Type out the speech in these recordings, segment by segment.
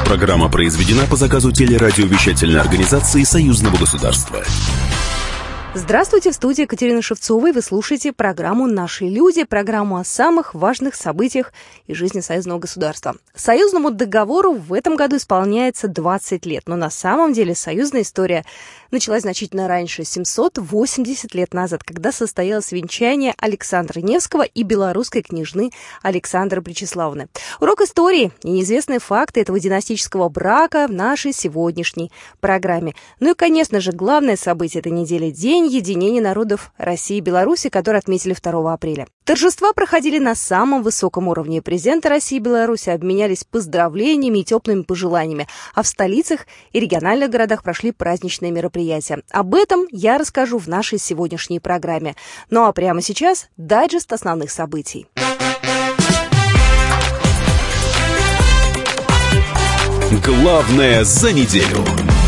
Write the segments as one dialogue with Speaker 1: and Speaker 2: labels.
Speaker 1: Программа произведена по заказу телерадиовещательной организации Союзного государства.
Speaker 2: Здравствуйте, в студии Екатерина Шевцова, и вы слушаете программу «Наши люди», программу о самых важных событиях из жизни союзного государства. Союзному договору в этом году исполняется 20 лет, но на самом деле союзная история началась значительно раньше, 780 лет назад, когда состоялось венчание Александра Невского и белорусской княжны Александры Пречиславны. Урок истории и неизвестные факты этого династического брака в нашей сегодняшней программе. Ну и, конечно же, главное событие этой недели – День единения народов России и Беларуси, который отметили 2 апреля. Торжества проходили на самом высоком уровне. Президенты России и Беларуси обменялись поздравлениями и теплыми пожеланиями, а в столицах и региональных городах прошли праздничные мероприятия. Об этом я расскажу в нашей сегодняшней программе. Ну а прямо сейчас дайджест основных событий.
Speaker 1: Главное за неделю.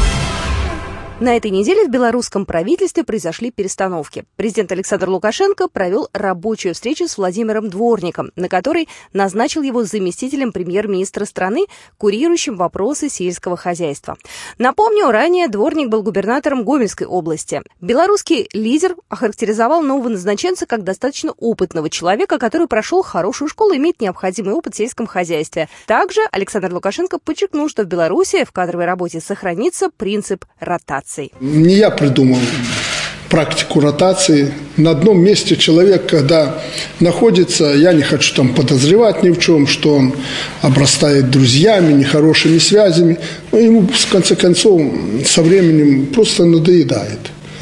Speaker 2: На этой неделе в белорусском правительстве произошли перестановки. Президент Александр Лукашенко провел рабочую встречу с Владимиром Дворником, на которой назначил его заместителем премьер-министра страны, курирующим вопросы сельского хозяйства. Напомню, ранее Дворник был губернатором Гомельской области. Белорусский лидер охарактеризовал нового назначенца как достаточно опытного человека, который прошел хорошую школу и имеет необходимый опыт в сельском хозяйстве. Также Александр Лукашенко подчеркнул, что в Беларуси в кадровой работе сохранится принцип ротации.
Speaker 3: Не я придумал практику ротации. На одном месте человек, когда находится, я не хочу там подозревать ни в чем, что он обрастает друзьями, нехорошими связями, но ему, в конце концов, со временем просто надоедает.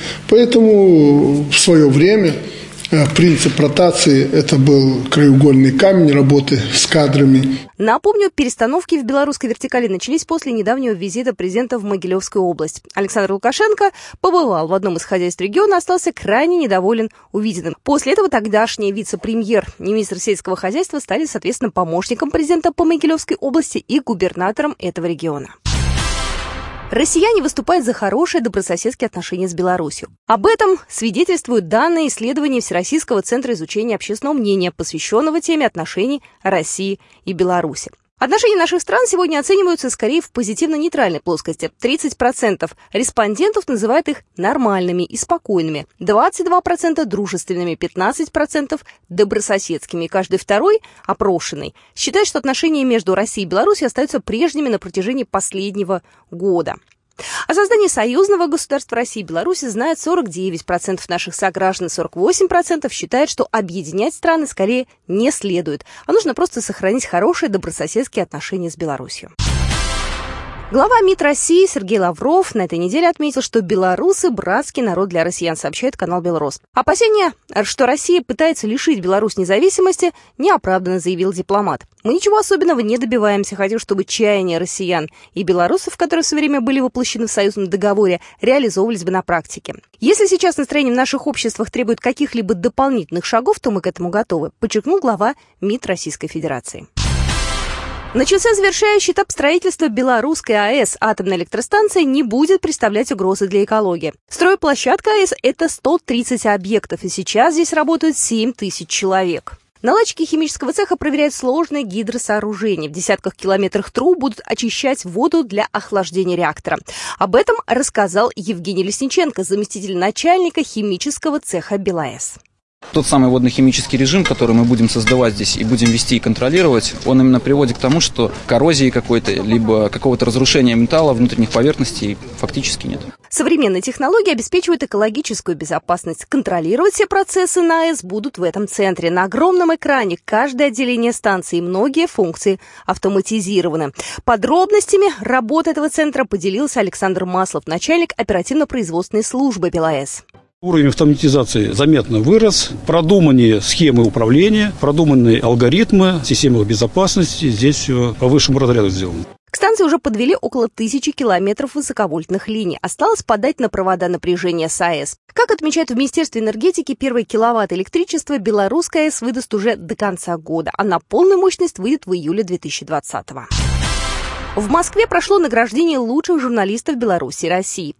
Speaker 3: Поэтому в свое время принцип ротации – это был краеугольный камень работы с кадрами.
Speaker 2: Напомню, перестановки в белорусской вертикали начались после недавнего визита президента в Могилевскую область. Александр Лукашенко побывал в одном из хозяйств региона, остался крайне недоволен увиденным. После этого тогдашний вице-премьер и министр сельского хозяйства стали, соответственно, помощником президента по Могилевской области и губернатором этого региона. Россияне выступают за хорошие добрососедские отношения с Беларусью. Об этом свидетельствуют данные исследования Всероссийского центра изучения общественного мнения, посвященного теме отношений России и Беларуси. Отношения наших стран сегодня оцениваются скорее в позитивно-нейтральной плоскости. 30% респондентов называют их нормальными и спокойными, 22% дружественными, 15% добрососедскими. И каждый второй опрошенный считает, что отношения между Россией и Беларусью остаются прежними на протяжении последнего года. О создании союзного государства России и Беларуси знают 49% наших сограждан, 48% считают, что объединять страны скорее не следует, а нужно просто сохранить хорошие добрососедские отношения с Беларусью. Глава МИД России Сергей Лавров на этой неделе отметил, что белорусы – братский народ для россиян, сообщает канал «Белрос». Опасения, что Россия пытается лишить Беларусь независимости, неоправданно, заявил дипломат. Мы ничего особенного не добиваемся, хотим, чтобы чаяния россиян и белорусов, которые в свое время были воплощены в союзном договоре, реализовывались бы на практике. Если сейчас настроение в наших обществах требует каких-либо дополнительных шагов, то мы к этому готовы, подчеркнул глава МИД Российской Федерации. Начался завершающий этап строительства белорусской АЭС. Атомная электростанция не будет представлять угрозы для экологии. Стройплощадка АЭС – это 130 объектов, и сейчас здесь работают 7 тысяч человек. Наладчики химического цеха проверяют сложное гидросооружение. В десятках километрах труб будут очищать воду для охлаждения реактора. Об этом рассказал Евгений Лесниченко, заместитель начальника химического цеха БелАЭС.
Speaker 4: Тот самый водно-химический режим, который мы будем создавать здесь и будем вести и контролировать, он именно приводит к тому, что коррозии какой-то, либо какого-то разрушения металла внутренних поверхностей фактически нет.
Speaker 2: Современные технологии обеспечивают экологическую безопасность. Контролировать все процессы на АЭС будут в этом центре. На огромном экране каждое отделение станции и многие функции автоматизированы. Подробностями работы этого центра поделился Александр Маслов, начальник оперативно-производственной службы БелАЭС.
Speaker 5: Уровень автоматизации заметно вырос, продуманные схемы управления, продуманные алгоритмы, системы безопасности, здесь все по высшему разряду сделано.
Speaker 2: К станции уже подвели около 1000 километров высоковольтных линий. Осталось подать на провода напряжения с АЭС. Как отмечают в Министерстве энергетики, первый киловатт электричества белорусская АЭС выдаст уже до конца года, а на полную мощность выйдет в июле 2020-го. В Москве прошло награждение лучших журналистов Беларуси и России.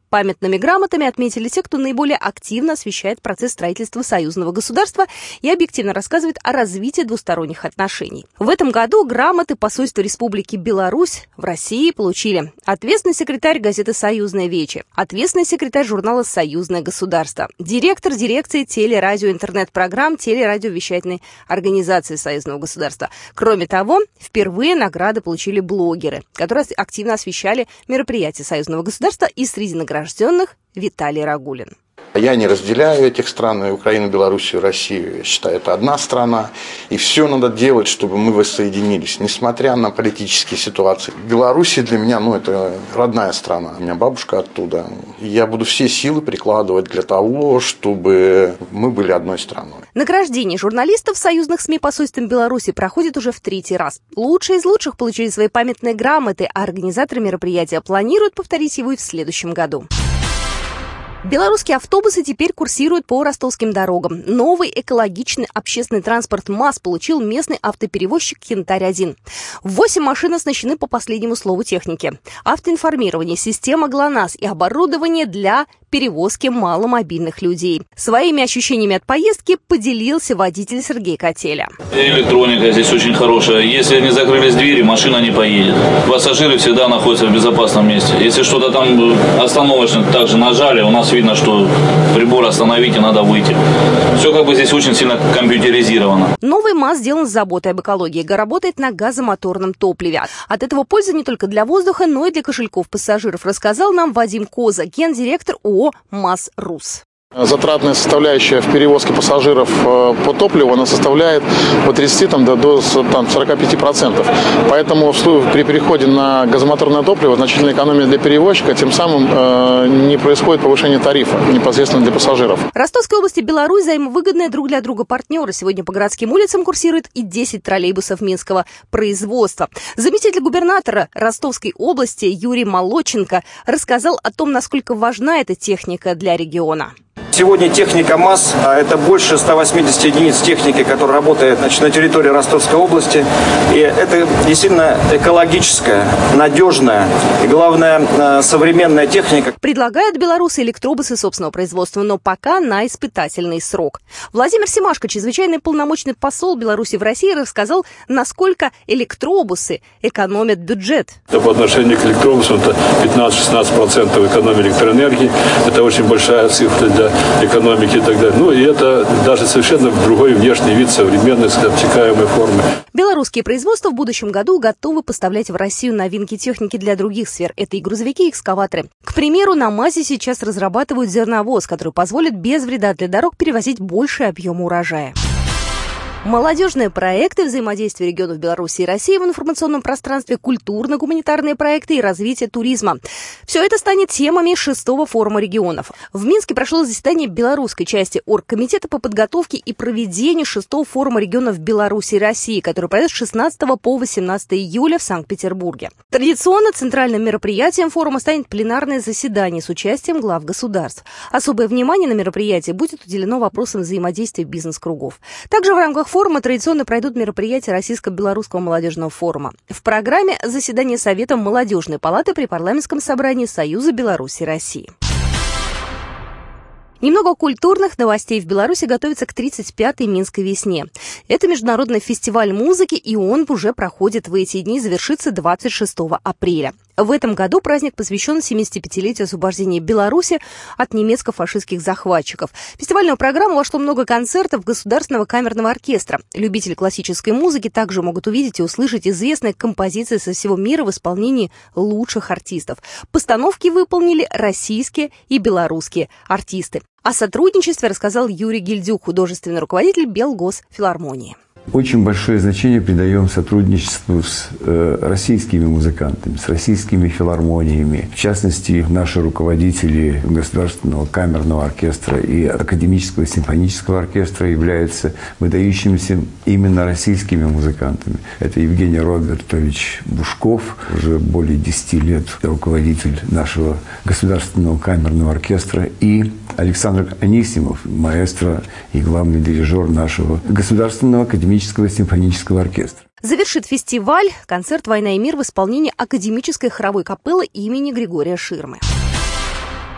Speaker 2: Памятными грамотами отметили те, кто наиболее активно освещает процесс строительства союзного государства и объективно рассказывает о развитии двусторонних отношений. В этом году грамоты посольства Республики Беларусь в России получили ответственный секретарь газеты «Союзная Вечи», ответственный секретарь журнала «Союзное государство», директор дирекции телерадио-интернет-программ телерадиовещательной организации Союзного государства. Кроме того, впервые награды получили блогеры, которые активно освещали мероприятия Союзного государства, и среди награжденных Виталий Рагулин.
Speaker 6: Я не разделяю этих стран, Украину, Белоруссию, Россию. Я считаю, это одна страна. И все надо делать, чтобы мы воссоединились, несмотря на политические ситуации. Белоруссия для меня, это родная страна. У меня бабушка оттуда. И я буду все силы прикладывать для того, чтобы мы были одной страной.
Speaker 2: Награждение журналистов союзных СМИ посольством Беларуси проходит уже в 3-й раз. Лучшие из лучших получили свои памятные грамоты, а организаторы мероприятия планируют повторить его и в следующем году. Белорусские автобусы теперь курсируют по ростовским дорогам. Новый экологичный общественный транспорт МАЗ получил местный автоперевозчик «Янтарь-1». 8 машин оснащены по последнему слову техники. Автоинформирование, система ГЛОНАСС и оборудование для перевозки маломобильных людей. Своими ощущениями от поездки поделился водитель Сергей Котеля.
Speaker 7: Электроника здесь очень хорошая. Если не закрылись двери, машина не поедет. Пассажиры всегда находятся в безопасном месте. Если что-то там остановочно также нажали, у нас видно, что прибор остановить и надо выйти. Все здесь очень сильно компьютеризировано.
Speaker 2: Новый МАЗ сделан с заботой об экологии. Работает на газомоторном топливе. От этого польза не только для воздуха, но и для кошельков пассажиров, рассказал нам Вадим Коза, гендиректор ООО «МАЗ РУС».
Speaker 8: Затратная составляющая в перевозке пассажиров по топливу, она составляет от 30 до 45%. Поэтому при переходе на газомоторное топливо значительная экономия для перевозчика, тем самым не происходит повышение тарифа непосредственно для пассажиров.
Speaker 2: Ростовской области Беларусь взаимовыгодная друг для друга партнеры. Сегодня по городским улицам курсирует и 10 троллейбусов минского производства. Заместитель губернатора Ростовской области Юрий Молодченко рассказал о том, насколько важна эта техника для региона.
Speaker 9: Сегодня техника МАЗ – это больше 180 единиц техники, которая работает на территории Ростовской области. И это действительно экологическая, надежная и, главное, современная техника.
Speaker 2: Предлагают белорусы электробусы собственного производства, но пока на испытательный срок. Владимир Семашко, чрезвычайный полномочный посол Беларуси в России, рассказал, насколько электробусы экономят бюджет.
Speaker 5: По отношению к электробусам это 15-16% экономии электроэнергии. Это очень большая цифра для экономики и так далее. И это даже совершенно другой внешний вид современной, обтекаемой формы.
Speaker 2: Белорусские производства в будущем году готовы поставлять в Россию новинки техники для других сфер. Это и грузовики, и экскаваторы. К примеру, на МАЗе сейчас разрабатывают зерновоз, который позволит без вреда для дорог перевозить больший объем урожая. Молодежные проекты, взаимодействие регионов Беларуси и России в информационном пространстве, культурно-гуманитарные проекты и развитие туризма. Все это станет темами 6-го форума регионов. В Минске прошло заседание белорусской части Оргкомитета по подготовке и проведению 6-го форума регионов Беларуси и России, который пройдет с 16 по 18 июля в Санкт-Петербурге. Традиционно центральным мероприятием форума станет пленарное заседание с участием глав государств. Особое внимание на мероприятии будет уделено вопросам взаимодействия бизнес-кругов. Также в рамках форума традиционно пройдут мероприятия Российско-Белорусского молодежного форума. В программе заседание Совета молодежной палаты при парламентском собрании Союза Беларуси и России. Немного культурных новостей. В Беларуси готовится к 35-й Минской весне. Это международный фестиваль музыки, и он уже проходит в эти дни, завершится 26 апреля. В этом году праздник посвящен 75-летию освобождения Беларуси от немецко-фашистских захватчиков. В фестивальную программу вошло много концертов Государственного камерного оркестра. Любители классической музыки также могут увидеть и услышать известные композиции со всего мира в исполнении лучших артистов. Постановки выполнили российские и белорусские артисты. О сотрудничестве рассказал Юрий Гильдюк, художественный руководитель Белгосфилармонии.
Speaker 10: Очень большое значение придаем сотрудничеству с российскими музыкантами, с российскими филармониями. В частности, наши руководители Государственного камерного оркестра и Академического симфонического оркестра являются выдающимися именно российскими музыкантами. Это Евгений Робертович Бушков, уже более 10 лет руководитель нашего Государственного камерного оркестра, и Александр Анисимов, маэстро и главный дирижер нашего Государственного академического симфонического оркестра.
Speaker 2: Завершит фестиваль концерт «Война и мир» в исполнении академической хоровой капеллы имени Григория Ширмы.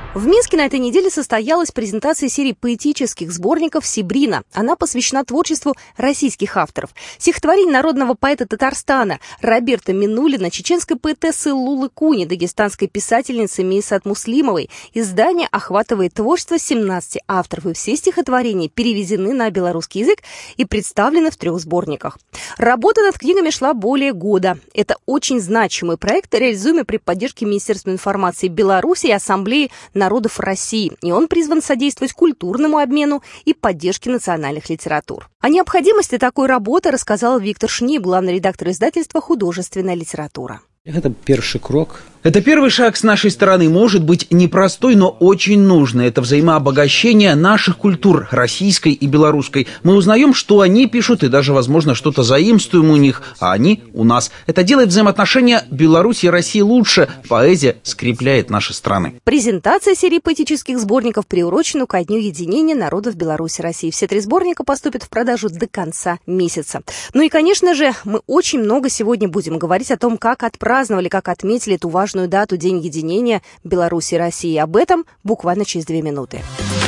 Speaker 2: В Минске на этой неделе состоялась презентация серии поэтических сборников «Сибрина». Она посвящена творчеству российских авторов. Стихотворений народного поэта Татарстана Роберта Минуллина, чеченской поэтессы Лулы Куни, дагестанской писательницы Мейсат Муслимовой. Издание охватывает творчество 17 авторов, и все стихотворения переведены на белорусский язык и представлены в 3 сборниках. Работа над книгами шла более года. Это очень значимый проект, реализуемый при поддержке Министерства информации Беларуси и Ассамблеи народов России, и он призван содействовать культурному обмену и поддержке национальных литератур. О необходимости такой работы рассказал Виктор Шниб, главный редактор издательства «Художественная литература».
Speaker 11: Это первый крок. Это первый шаг с нашей стороны, может быть непростой, но очень нужный. Это взаимообогащение наших культур, российской и белорусской. Мы узнаем, что они пишут, и даже, возможно, что-то заимствуем у них, а они у нас. Это делает взаимоотношения Беларуси и России лучше. Поэзия скрепляет наши страны.
Speaker 2: Презентация серии поэтических сборников приурочена ко Дню единения народов Беларуси и России. Все 3 сборника поступят в продажу до конца месяца. Ну и, конечно же, мы очень много сегодня будем говорить о том, как отпраздновали, как отметили эту важную дату День единения Беларуси и России. Об этом буквально через 2 минуты.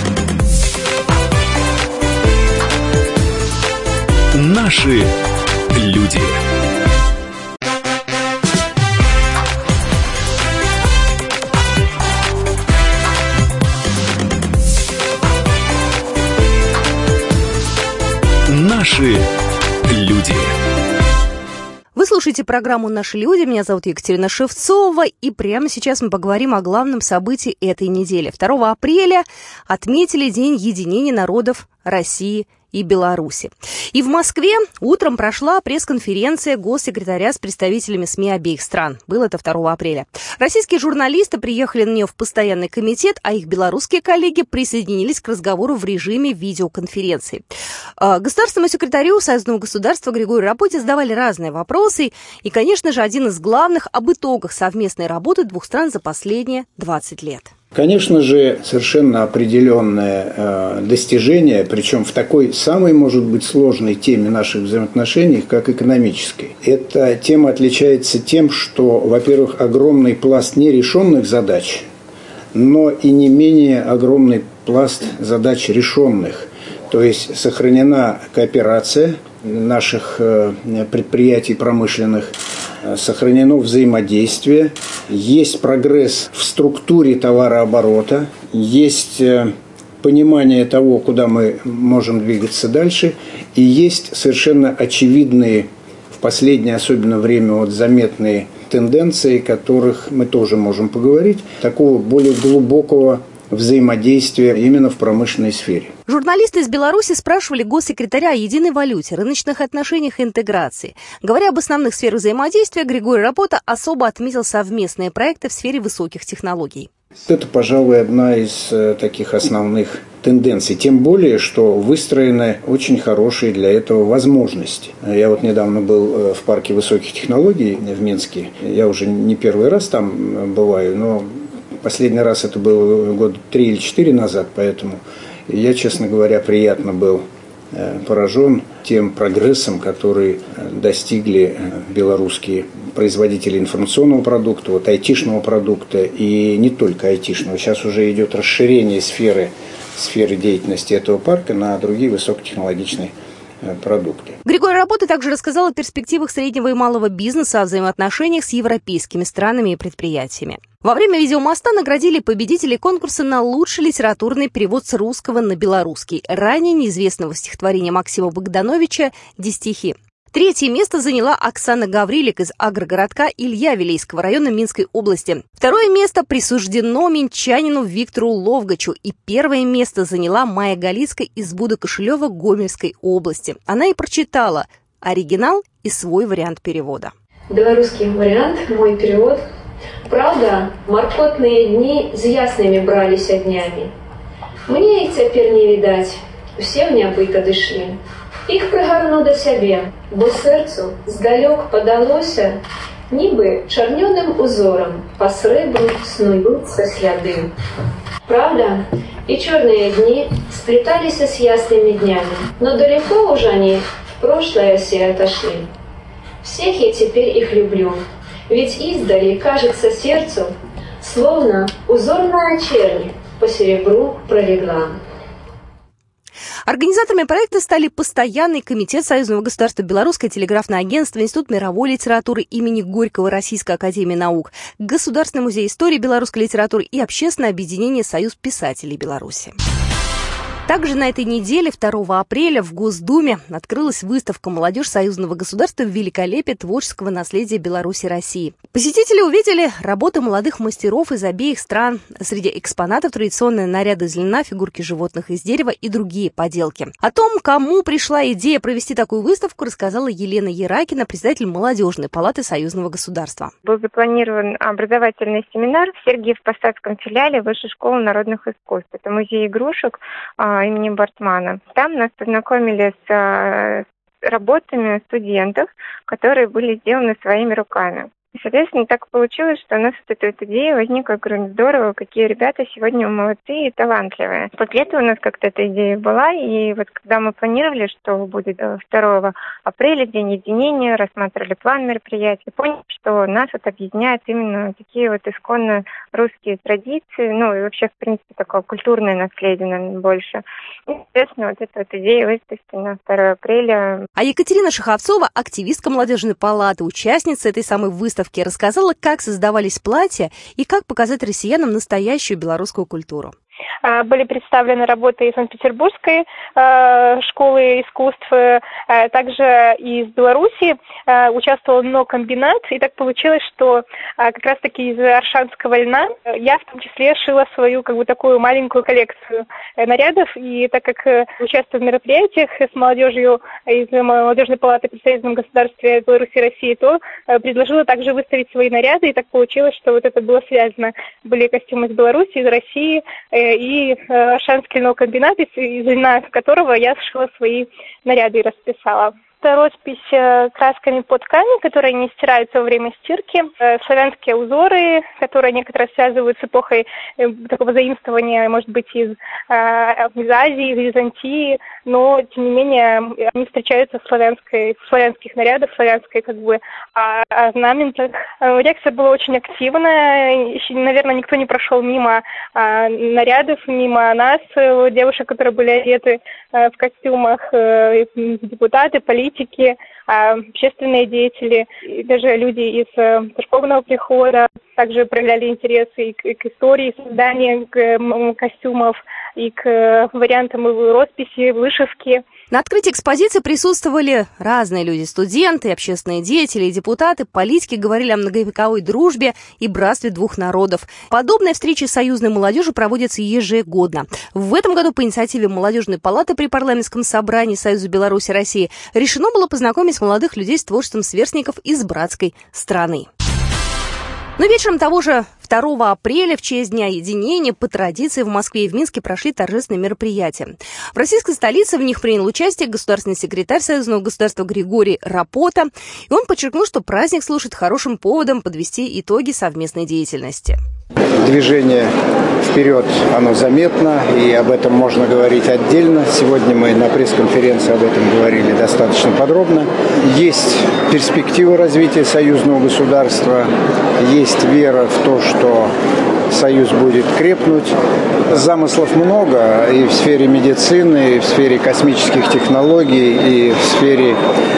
Speaker 1: Наши люди. Наши люди.
Speaker 2: Вы слушаете программу «Наши люди». Меня зовут Екатерина Шевцова. И прямо сейчас мы поговорим о главном событии этой недели. 2 апреля отметили День единения народов России и Беларуси. И в Москве утром прошла пресс-конференция госсекретаря с представителями СМИ обеих стран. Было это 2 апреля. Российские журналисты приехали на нее в постоянный комитет, а их белорусские коллеги присоединились к разговору в режиме видеоконференции. Государственному секретарю Союзного государства Григорию Рапоте задавали разные вопросы. И, конечно же, один из главных об итогах совместной работы 2 стран за последние 20 лет.
Speaker 12: Конечно же, совершенно определенное достижение, причем в такой самой, может быть, сложной теме наших взаимоотношений, как экономической. Эта тема отличается тем, что, во-первых, огромный пласт нерешенных задач, но и не менее огромный пласт задач решенных. То есть сохранена кооперация наших предприятий промышленных, сохранено взаимодействие, есть прогресс в структуре товарооборота, есть понимание того, куда мы можем двигаться дальше, и есть совершенно очевидные, в последнее особенно время, заметные тенденции, о которых мы тоже можем поговорить, такого более глубокого взаимодействия именно в промышленной сфере.
Speaker 2: Журналисты из Беларуси спрашивали госсекретаря о единой валюте, рыночных отношениях и интеграции. Говоря об основных сферах взаимодействия, Григорий Рапота особо отметил совместные проекты в сфере высоких технологий.
Speaker 12: Это, пожалуй, одна из таких основных тенденций. Тем более, что выстроены очень хорошие для этого возможности. Я недавно был в парке высоких технологий в Минске. Я уже не первый раз там бываю, но последний раз это было года 3 или 4 назад, поэтому я, честно говоря, приятно был поражен тем прогрессом, который достигли белорусские производители информационного продукта, айтишного продукта и не только айтишного. Сейчас уже идет расширение сферы деятельности этого парка на другие высокотехнологичные продукты.
Speaker 2: Григорий Рапота также рассказал о перспективах среднего и малого бизнеса, о взаимоотношениях с европейскими странами и предприятиями. Во время видеомоста наградили победителей конкурса на лучший литературный перевод с русского на белорусский, ранее неизвестного стихотворения Максима Богдановича «Дистихи». 3-е место заняла Оксана Гаврилик из агрогородка Илья-Вилейского района Минской области. 2-е место присуждено минчанину Виктору Ловгачу. И 1-е место заняла Майя Галицкая из Будо-Кошелева Гомельской области. Она и прочитала оригинал и свой вариант перевода.
Speaker 13: Белорусский вариант, мой перевод. Правда, маркотные дни с ясными брались днями. Мне их теперь не видать, все в нябыт одышлі. Іх прыгарну да сябе, бо сэрцу здалёк падалося, нібы чарнёным узором по срэбру снуюцца сляды. Правда, и черные дни сплетались с ясными днями, но далеко уже они в прошлое все отошли. Всех я теперь их люблю, ведь издали кажется сердцу, словно узорная чернь по серебру пролегла.
Speaker 2: Организаторами проекта стали Постоянный комитет Союзного государства Белорусское телеграфное агентство, Институт мировой литературы имени Горького Российской академии наук, Государственный музей истории белорусской литературы и Общественное объединение «Союз писателей Беларуси». Также на этой неделе, 2 апреля, в Госдуме открылась выставка «Молодежь союзного государства. Великолепие творческого наследия Беларуси и России». Посетители увидели работы молодых мастеров из обеих стран. Среди экспонатов традиционные наряды из льна, фигурки животных из дерева и другие поделки. О том, кому пришла идея провести такую выставку, рассказала Елена Еракина, председатель Молодежной палаты союзного государства.
Speaker 14: Был запланирован образовательный семинар в Сергиево-Посадском филиале Высшей школы народных искусств. Это музей игрушек имени Бартмана. Там нас познакомили с работами студентов, которые были сделаны своими руками. И, соответственно, так получилось, что у нас вот эта идея возникла. Говорю, здорово, какие ребята сегодня молодцы и талантливые. После этого у нас как-то эта идея была, и вот когда мы планировали, что будет 2 апреля, День единения, рассматривали план мероприятий, поняли, что нас вот объединяют именно такие вот исконно русские традиции, ну и вообще, в принципе, такое культурное наследие, наверное, больше. И, соответственно, вот эта вот идея выставки на 2 апреля.
Speaker 2: А Екатерина Шаховцова, активистка Молодежной палаты, участница этой самой выставки, рассказала, как создавались платья и как показать россиянам настоящую белорусскую культуру.
Speaker 15: Были представлены работы из Санкт-Петербургской школы искусств, также из Беларуси. Участвовал много комбинат, и так получилось, что как раз-таки из аршанского льна я в том числе шила свою такую маленькую коллекцию нарядов, и так как участвую в мероприятиях с молодежью из Молодежной палаты при Союзном государстве Беларуси и России, то предложила также выставить свои наряды, и так получилось, что вот это было связано. Были костюмы из Беларуси, из России, и аршанский льняной комбинат, из льна которого я сшила свои наряды и расписала. Это роспись красками по ткани, которые не стираются во время стирки. Славянские узоры, которые некоторые связывают с эпохой такого заимствования, может быть, из Азии, из Византии, но, тем не менее, они встречаются в славянских нарядах, в славянской орнаментах. Реакция была очень активная. Наверное, никто не прошел мимо нарядов, мимо нас, девушек, которые были одеты в костюмах, депутаты, политики, общественные деятели, и даже люди из церковного прихода также проявляли интересы и к истории создания костюмов, и к вариантам росписи, вышивки.
Speaker 2: На открытии экспозиции присутствовали разные люди: студенты, общественные деятели и депутаты. Политики говорили о многовековой дружбе и братстве двух народов. Подобные встречи с союзной молодежью проводятся ежегодно. В этом году по инициативе Молодежной палаты при парламентском собрании Союза Беларуси и России решено было познакомить молодых людей с творчеством сверстников из братской страны. Но вечером того же 2 апреля в честь Дня единения по традиции в Москве и в Минске прошли торжественные мероприятия. В российской столице в них принял участие государственный секретарь Союзного государства Григорий Рапота. И он подчеркнул, что праздник служит хорошим поводом подвести итоги совместной деятельности.
Speaker 12: Движение вперед, оно заметно, и об этом можно говорить отдельно. Сегодня мы на пресс-конференции об этом говорили достаточно подробно. Есть перспектива развития союзного государства, есть вера в то, что союз будет крепнуть. Замыслов много и в сфере медицины, и в сфере космических технологий, и в сфере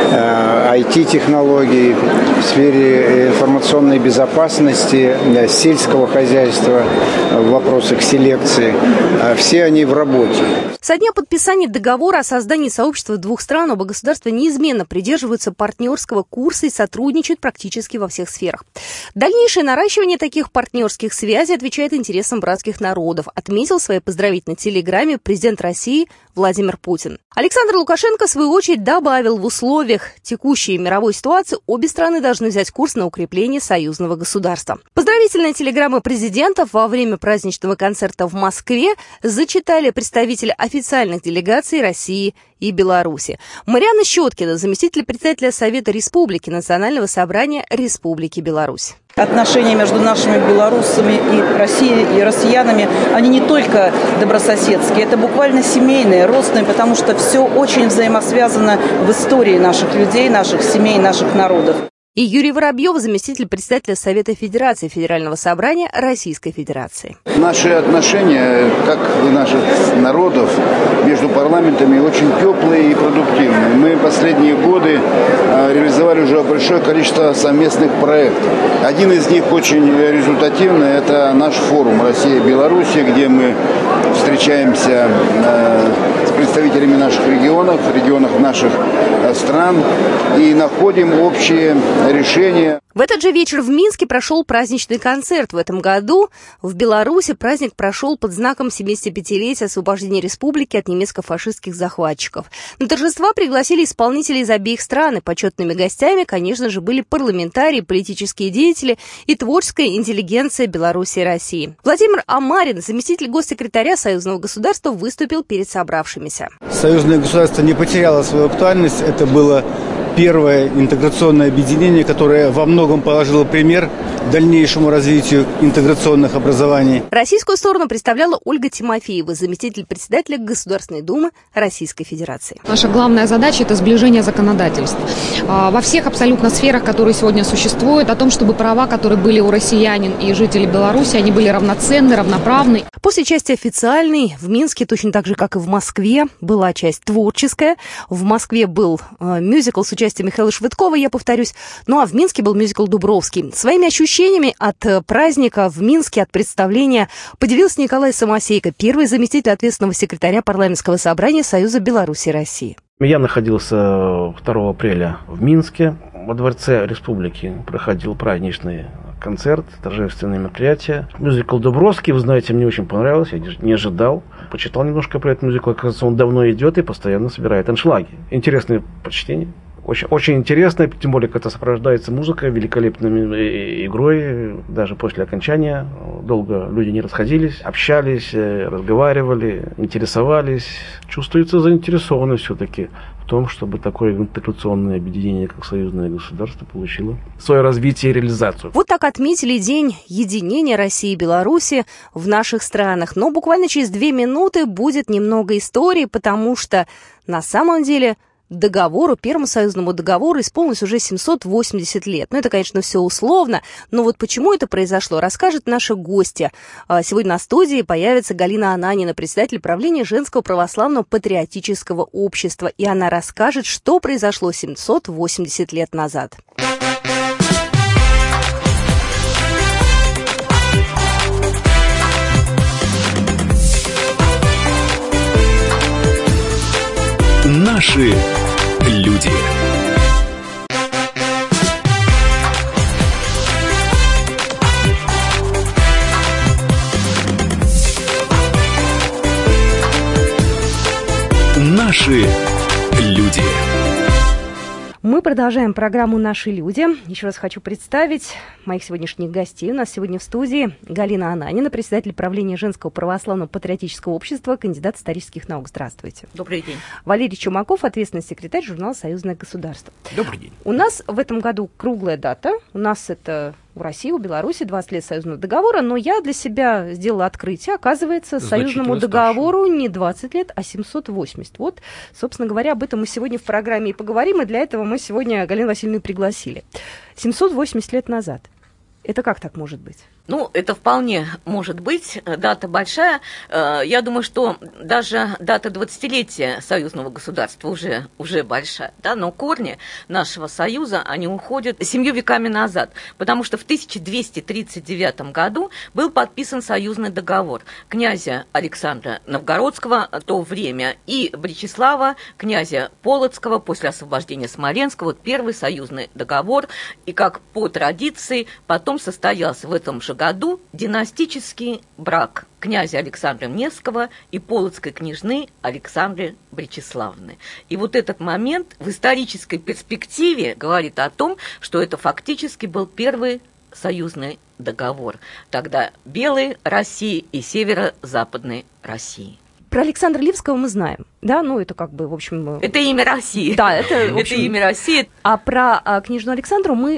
Speaker 12: IT-технологий, в сфере информационной безопасности, сельского хозяйства, в вопросах селекции. Все они в работе.
Speaker 2: Со дня подписания договора о создании сообщества двух стран оба государства неизменно придерживаются партнерского курса и сотрудничают практически во всех сферах. Дальнейшее наращивание таких партнерских связей отвечает интересам братских народов, отметил в своей поздравительной телеграмме президент России Владимир Путин. Александр Лукашенко, в свою очередь, добавил: в условиях текущей мировой ситуации обе страны должны взять курс на укрепление союзного государства. Поздравительные телеграммы президентов во время праздничного концерта в Москве зачитали представители официальных делегаций России и Беларуси. Марьяна Щеткина, заместитель председателя Совета Республики Национального собрания Республики Беларусь.
Speaker 16: Отношения между нашими белорусами и Россией, и россиянами, они не только добрососедские, это буквально семейные, родственные, потому что все очень взаимосвязано в истории наших людей, наших семей, наших народов.
Speaker 2: И Юрий Воробьев, заместитель председателя Совета Федерации Федерального собрания Российской Федерации.
Speaker 17: Наши отношения, как и наших народов, между парламентами очень теплые и продуктивные. Мы последние годы реализовали уже большое количество совместных проектов. Один из них очень результативный – это наш форум «Россия-Беларусь», где мы встречаемся с представителями наших регионов наших стран и находим общие решения.
Speaker 2: В этот же вечер в Минске прошел праздничный концерт. В этом году в Беларуси праздник прошел под знаком 75-летия освобождения республики от немецко-фашистских захватчиков. На торжества пригласили исполнителей из обеих стран, и почетными гостями, конечно же, были парламентарии, политические деятели и творческая интеллигенция Беларуси и России. Владимир Амарин, заместитель госсекретаря Союзного государства, выступил перед собравшимися.
Speaker 18: Союзное государство не потеряло свою актуальность. Это было первое интеграционное объединение, которое во многом положило пример дальнейшему развитию интеграционных образований.
Speaker 2: Российскую сторону представляла Ольга Тимофеева, заместитель председателя Государственной Думы Российской Федерации.
Speaker 19: Наша главная задача – это сближение законодательств. Во всех абсолютно сферах, которые сегодня существуют, о том, чтобы права, которые были у россиянин и жителей Беларуси, они были равноценны, равноправны.
Speaker 2: После части официальной в Минске, точно так же, как и в Москве, была часть творческая. В Москве был мюзикл с участием Михаила Швыдкова, я повторюсь. Ну а в Минске был мюзикл «Дубровский». Своими ощущениями от праздника в Минске, от представления поделился Николай Самосейко, первый заместитель ответственного секретаря парламентского собрания Союза Беларуси и России.
Speaker 20: Я находился 2 апреля в Минске. Во Дворце Республики проходил праздничный концерт, торжественное мероприятие. Мюзикл «Дубровский», вы знаете, мне очень понравился, я не ожидал. Почитал немножко про этот мюзикл, оказывается, он давно идет и постоянно собирает аншлаги. Интересное прочтение. Очень интересно, тем более, когда сопровождается музыка великолепной игрой. Даже после окончания долго люди не расходились, общались, разговаривали, интересовались. Чувствуется заинтересованность все-таки в том, чтобы такое интеграционное объединение, как Союзное государство, получило свое развитие и реализацию.
Speaker 2: Вот так отметили День единения России и Беларуси в наших странах. Но буквально через 2 минуты будет немного истории, потому что на самом деле Первому союзному договору исполнилось уже 780 лет. Ну, это, конечно, все условно, но вот почему это произошло, расскажет наши гости. Сегодня на студии появится Галина Ананина, председатель правления Женского православного патриотического общества, и она расскажет, что произошло 780 лет назад.
Speaker 1: Наши люди. Наши люди.
Speaker 2: Мы продолжаем программу «Наши люди». Еще раз хочу представить моих сегодняшних гостей. У нас сегодня в студии Галина Ананина, председатель правления Женского православного патриотического общества, кандидат исторических наук. Здравствуйте.
Speaker 21: Добрый день.
Speaker 2: Валерий Чумаков, ответственный секретарь журнала «Союзное государство».
Speaker 21: Добрый день.
Speaker 2: У нас в этом году круглая дата. У нас это у России, у Беларуси 20 лет союзного договора, но я для себя сделала открытие. Оказывается, союзному договору не 20 лет, а 780. Вот, собственно говоря, об этом мы сегодня в программе и поговорим, и для этого мы сегодня Галину Васильевну пригласили. 780 лет назад. Это как так может быть?
Speaker 21: Ну, это вполне может быть. Дата большая. Я думаю, что даже дата 20-летия союзного государства уже большая. Да? Но корни нашего союза, они уходят 7 веками назад. Потому что в 1239 году был подписан союзный договор князя Александра Новгородского в то время и Бречеслава, князя Полоцкого после освобождения Смоленска. Вот первый союзный договор. И как по традиции потом состоялся в этом же году династический брак князя Александра Невского и полоцкой княжны Александры Бречеславны. И вот этот момент в исторической перспективе говорит о том, что это фактически был первый союзный договор. Тогда Белой России и Северо-Западной России.
Speaker 2: Про Александра Невского мы знаем, да, ну это как бы, в общем...
Speaker 21: Это имя России.
Speaker 2: Да, это, в общем...
Speaker 21: это имя России.
Speaker 2: А про княжну Александру мы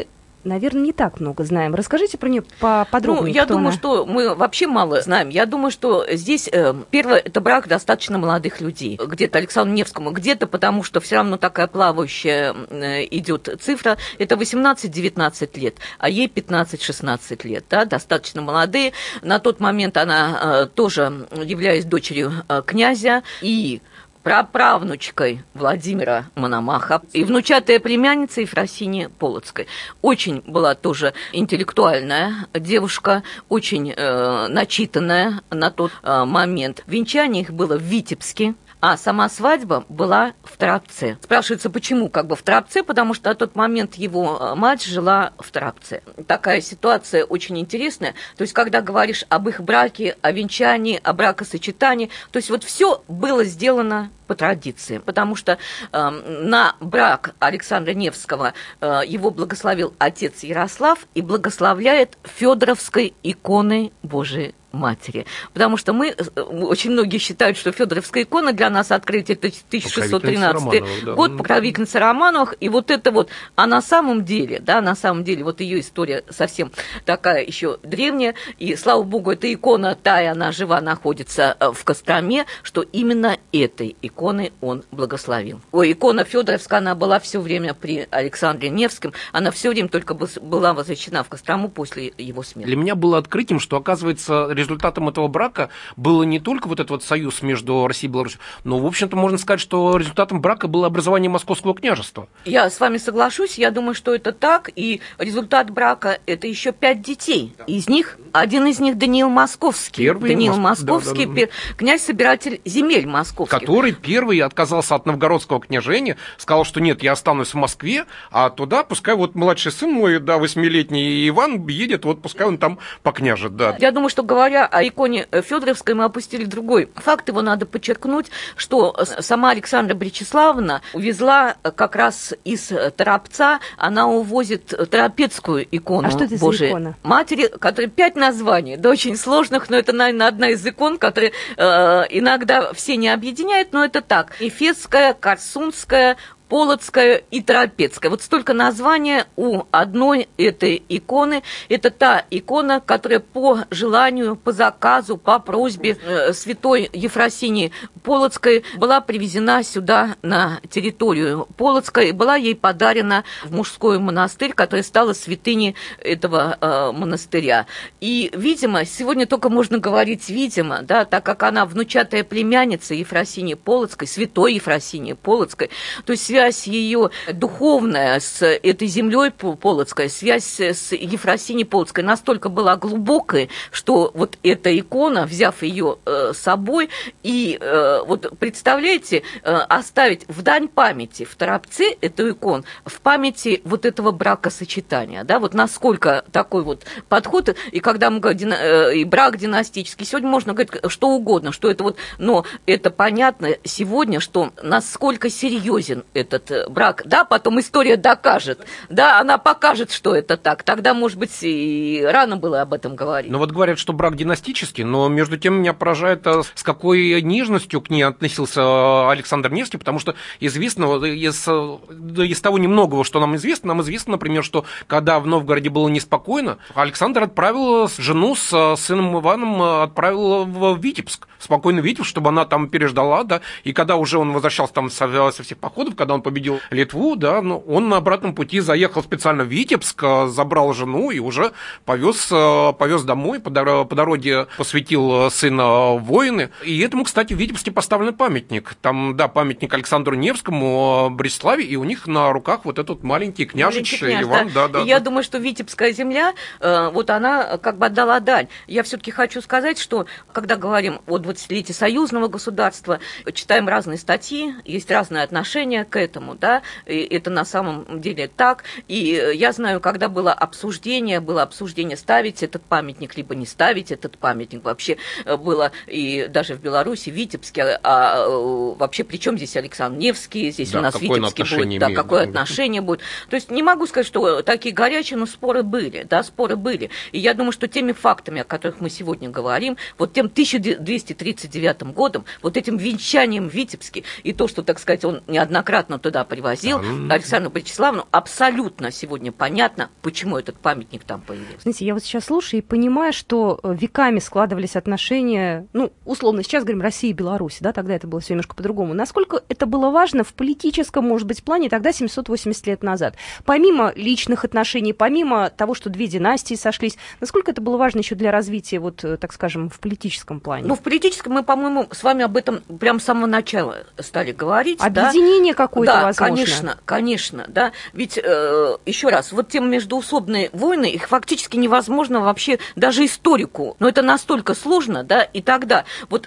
Speaker 2: наверное, не так много знаем. Расскажите про нее поподробнее.
Speaker 21: Я думаю, что мы вообще мало знаем. Я думаю, что здесь первое, это брак достаточно молодых людей. Где-то Александру Невскому, где-то потому, что все равно такая плавающая идет цифра. Это 18-19 лет, а ей 15-16 лет. Да, достаточно молодые. На тот момент она тоже, являясь дочерью князя и праправнучкой Владимира Мономаха и внучатая племянница Ефросинии Полоцкой. Очень была тоже интеллектуальная девушка, очень начитанная на тот момент. Венчание их было в Витебске, а сама свадьба была в Торопце. Спрашивается, почему в Торопце? Потому что на тот момент его мать жила в Торопце. Такая ситуация очень интересная. То есть, когда говоришь об их браке, о венчании, о бракосочетании, то есть вот все было сделано по традиции, потому что на брак Александра Невского его благословил отец Ярослав и благословляет Федоровской иконой Божией Матери. Потому что очень многие считают, что Федоровская икона для нас открытие 1613 год, покровительница Романовых, и вот это вот, а на самом деле, вот ее история совсем такая еще древняя, и, слава богу, эта икона, она жива, находится в Костроме, что именно этой иконой он благословил. Икона Федоровская, она была все время при Александре Невском, она все время только была возвращена в Кострому после его смерти.
Speaker 3: Для меня было открытием, что, оказывается, результатом этого брака было не только вот этот вот союз между Россией и Беларусью, но, в общем-то, можно сказать, что результатом брака было образование Московского княжества. Я
Speaker 21: с вами соглашусь, я думаю, что это так, и результат брака – это еще 5 детей. Один из них Даниил Московский. Даниил Московский, князь-собиратель земель московских.
Speaker 3: Который первый отказался от новгородского княжения, сказал, что нет, я останусь в Москве, а туда пускай вот младший сын мой, 8-летний Иван, едет, вот пускай он там покняжет. Да.
Speaker 21: Я думаю, что, говоря о иконе Федоровской, мы опустили другой факт, его надо подчеркнуть, что сама Александра Бречеславовна увезла как раз из Торопца, она увозит Торопецкую икону Божией Матери, которая 5 названий, очень сложных, но это, наверное, одна из икон, которые иногда все не объединяют, но это так. Ефесская, Корсунская, Полоцкая и Торопецкая. Вот столько названия у одной этой иконы. Это та икона, которая по желанию, по заказу, по просьбе святой Ефросинии Полоцкой была привезена сюда, на территорию Полоцкой, и была ей подарена в мужской монастырь, который стала святыней этого монастыря. И, видимо, сегодня только можно говорить «видимо», да, так как она внучатая племянница Ефросинии Полоцкой, святой Ефросинии Полоцкой, то есть связь ее духовная с этой землей Полоцкой, связь с Ефросиней Полоцкой настолько была глубокой, что вот эта икона, взяв ее с собой, и вот представляете, оставить в дань памяти в Торопце эту икону, в памяти вот этого бракосочетания, да, вот насколько такой вот подход, и когда мы говорим и брак династический, сегодня можно говорить что угодно, что это вот, но это понятно сегодня, что насколько серьезен этот брак, да, потом история докажет, да, она покажет, что это так, тогда, может быть, и рано было об этом говорить.
Speaker 3: Ну вот говорят, что брак династический, но между тем меня поражает, с какой нежностью к ней относился Александр Невский, потому что известно, из того немногого, что нам известно, например, что когда в Новгороде было неспокойно, Александр отправил жену с сыном Иваном, отправил в Витебск, спокойно в Витебск, чтобы она там переждала, да, и когда уже он возвращался там со всех походов, когда он победил Литву, да, он на обратном пути заехал специально в Витебск, забрал жену и уже повез домой, по дороге посвятил сына в воины. И этому, кстати, в Витебске поставлен памятник. Там, да, памятник Александру Невскому, Брестславе, и у них на руках вот этот маленький княжич Иван. Да.
Speaker 21: Я думаю, что Витебская земля, вот она как бы отдала дань. Я все-таки хочу сказать, что когда говорим о 20-летии союзного государства, читаем разные статьи, есть разные отношения к этому, да, и это на самом деле так. И я знаю, когда было обсуждение ставить этот памятник, либо не ставить этот памятник, вообще было и даже в Беларуси, в Витебске, а вообще при чем здесь Александр Невский, здесь да, у нас Витебский будет, да, какое отношение будет. То есть не могу сказать, что такие горячие, но споры были. И я думаю, что теми фактами, о которых мы сегодня говорим, вот тем 1239 годом, вот этим венчанием в Витебске, и то, что, так сказать, он неоднократно неоднократно туда привозил Александру Бречеславовну. Абсолютно сегодня понятно, почему этот памятник там появился.
Speaker 2: Знаете, я вот сейчас слушаю и понимаю, что веками складывались отношения, условно, сейчас говорим Россия и Беларусь, да, тогда это было все немножко по-другому. Насколько это было важно в политическом, может быть, плане тогда, 780 лет назад? Помимо личных отношений, помимо того, что две династии сошлись, насколько это было важно еще для развития, вот, так скажем, в политическом плане?
Speaker 21: В политическом мы, по-моему, с вами об этом прямо с самого начала стали говорить.
Speaker 2: Объединение какое-то,
Speaker 21: да,
Speaker 2: возможно.
Speaker 21: Конечно, да. Ведь, еще раз, вот те междоусобные войны, их фактически невозможно вообще даже историку. Но это настолько сложно, да, и тогда вот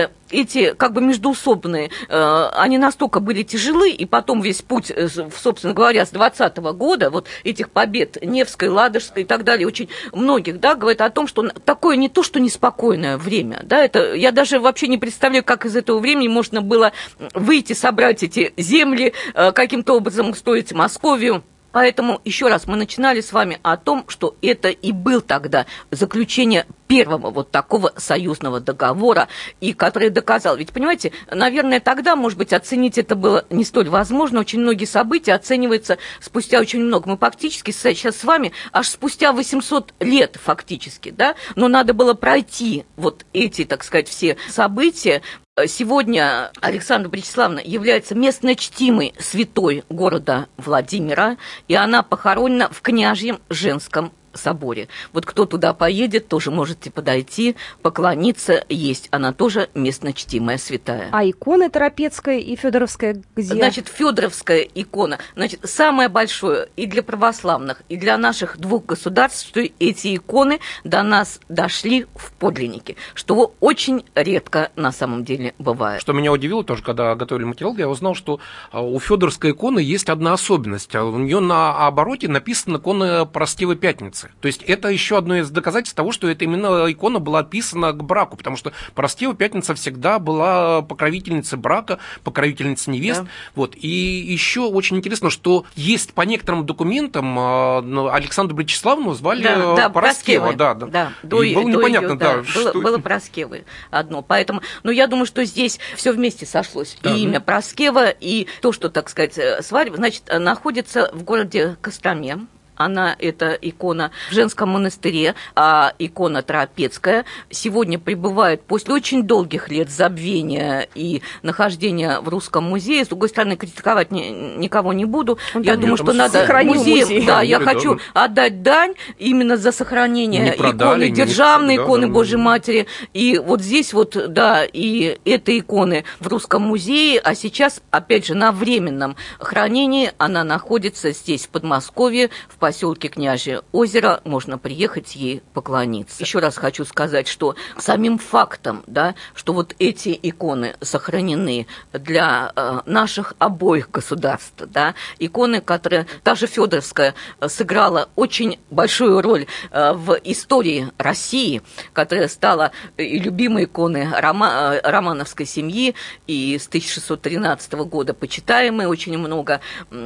Speaker 21: эти как бы междоусобные, они настолько были тяжелы, и потом весь путь, собственно говоря, с 20-го года, вот этих побед Невской, Ладожской и так далее, очень многих, да, говорит о том, что такое не то, что неспокойное время, да, это я даже вообще не представляю, как из этого времени можно было выйти, собрать эти земли, каким-то образом устроить Московию. Поэтому, еще раз, мы начинали с вами о том, что это и был тогда заключение первого вот такого союзного договора, и который доказал. Ведь, понимаете, наверное, тогда, может быть, оценить это было не столь возможно. Очень многие события оцениваются спустя очень много. Мы фактически сейчас с вами аж спустя 800 лет фактически, да, но надо было пройти вот эти, так сказать, все события. Сегодня Александра Бречеславовна является местночтимой святой города Владимира, и она похоронена в Княжьем Женском соборе. Вот кто туда поедет, тоже можете подойти, поклониться, есть. Она тоже местночтимая святая.
Speaker 2: А иконы Торопецкая и Федоровская где?
Speaker 21: Значит, Федоровская икона, значит, самое большое и для православных, и для наших двух государств, что эти иконы до нас дошли в подлиннике, что очень редко на самом деле бывает.
Speaker 3: Что меня удивило тоже, когда готовили материал, я узнал, что у Федоровской иконы есть одна особенность. У нее на обороте написана икона Параскевы Пятницы. То есть это еще одно из доказательств того, что эта именно икона была описана к браку, потому что Параскева Пятница всегда была покровительницей брака, покровительницей невест. Да. Вот. И еще очень интересно, что есть по некоторым документам Александру Бречеславовну звали Параскева.
Speaker 21: Да. Было непонятно, было Параскевы одно. Поэтому, я думаю, что здесь все вместе сошлось. Да. И имя Параскева, и то, что, так сказать, свадьба, значит, находится в городе Костроме. Она, эта икона в женском монастыре, а икона Торопецкая сегодня пребывает после очень долгих лет забвения и нахождения в Русском музее. С другой стороны, критиковать никого не буду. Я думаю, что надо музей. Да, я хочу отдать дань именно за сохранение иконы, державной иконы Божьей Матери. И вот здесь вот, да, и этой иконы в Русском музее, а сейчас, опять же, на временном хранении она находится здесь, в Подмосковье, в поселке Княжье озеро, можно приехать ей поклониться. Еще раз хочу сказать, что самим фактом, да, что вот эти иконы сохранены для наших обоих государств, да, иконы, которые даже Федоровская сыграла очень большую роль в истории России, которая стала и любимой иконой романовской семьи, и с 1613 года почитаемой очень много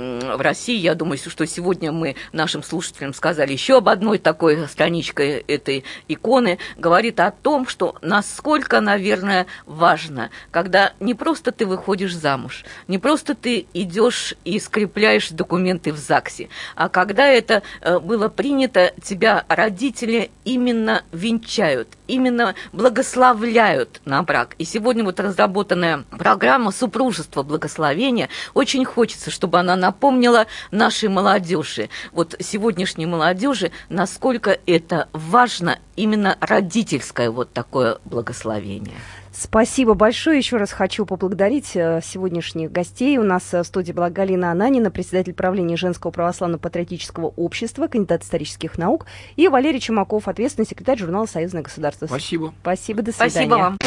Speaker 21: в России. Я думаю, что сегодня мы нашим слушателям сказали еще об одной такой страничкой этой иконы, говорит о том, что насколько, наверное, важно, когда не просто ты выходишь замуж, не просто ты идешь и скрепляешь документы в ЗАГСе, а когда это было принято, тебя родители именно венчают, именно благословляют на брак. И сегодня вот разработанная программа «Супружество благословения», очень хочется, чтобы она напомнила нашей молодежи, вот сегодняшней молодежи, насколько это важно именно родительское вот такое благословение.
Speaker 2: Спасибо большое. Еще раз хочу поблагодарить сегодняшних гостей. У нас в студии была Галина Ананина, председатель правления Женского православно-патриотического общества, кандидат исторических наук, и Валерий Чумаков, ответственный секретарь журнала «Союзное государство».
Speaker 3: Спасибо.
Speaker 2: Спасибо, до свидания.
Speaker 21: Спасибо вам.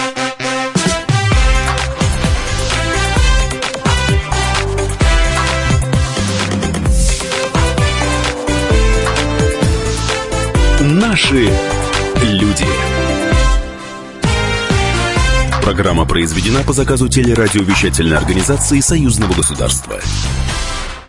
Speaker 1: Наши люди. Программа произведена по заказу телерадиовещательной организации Союзного государства.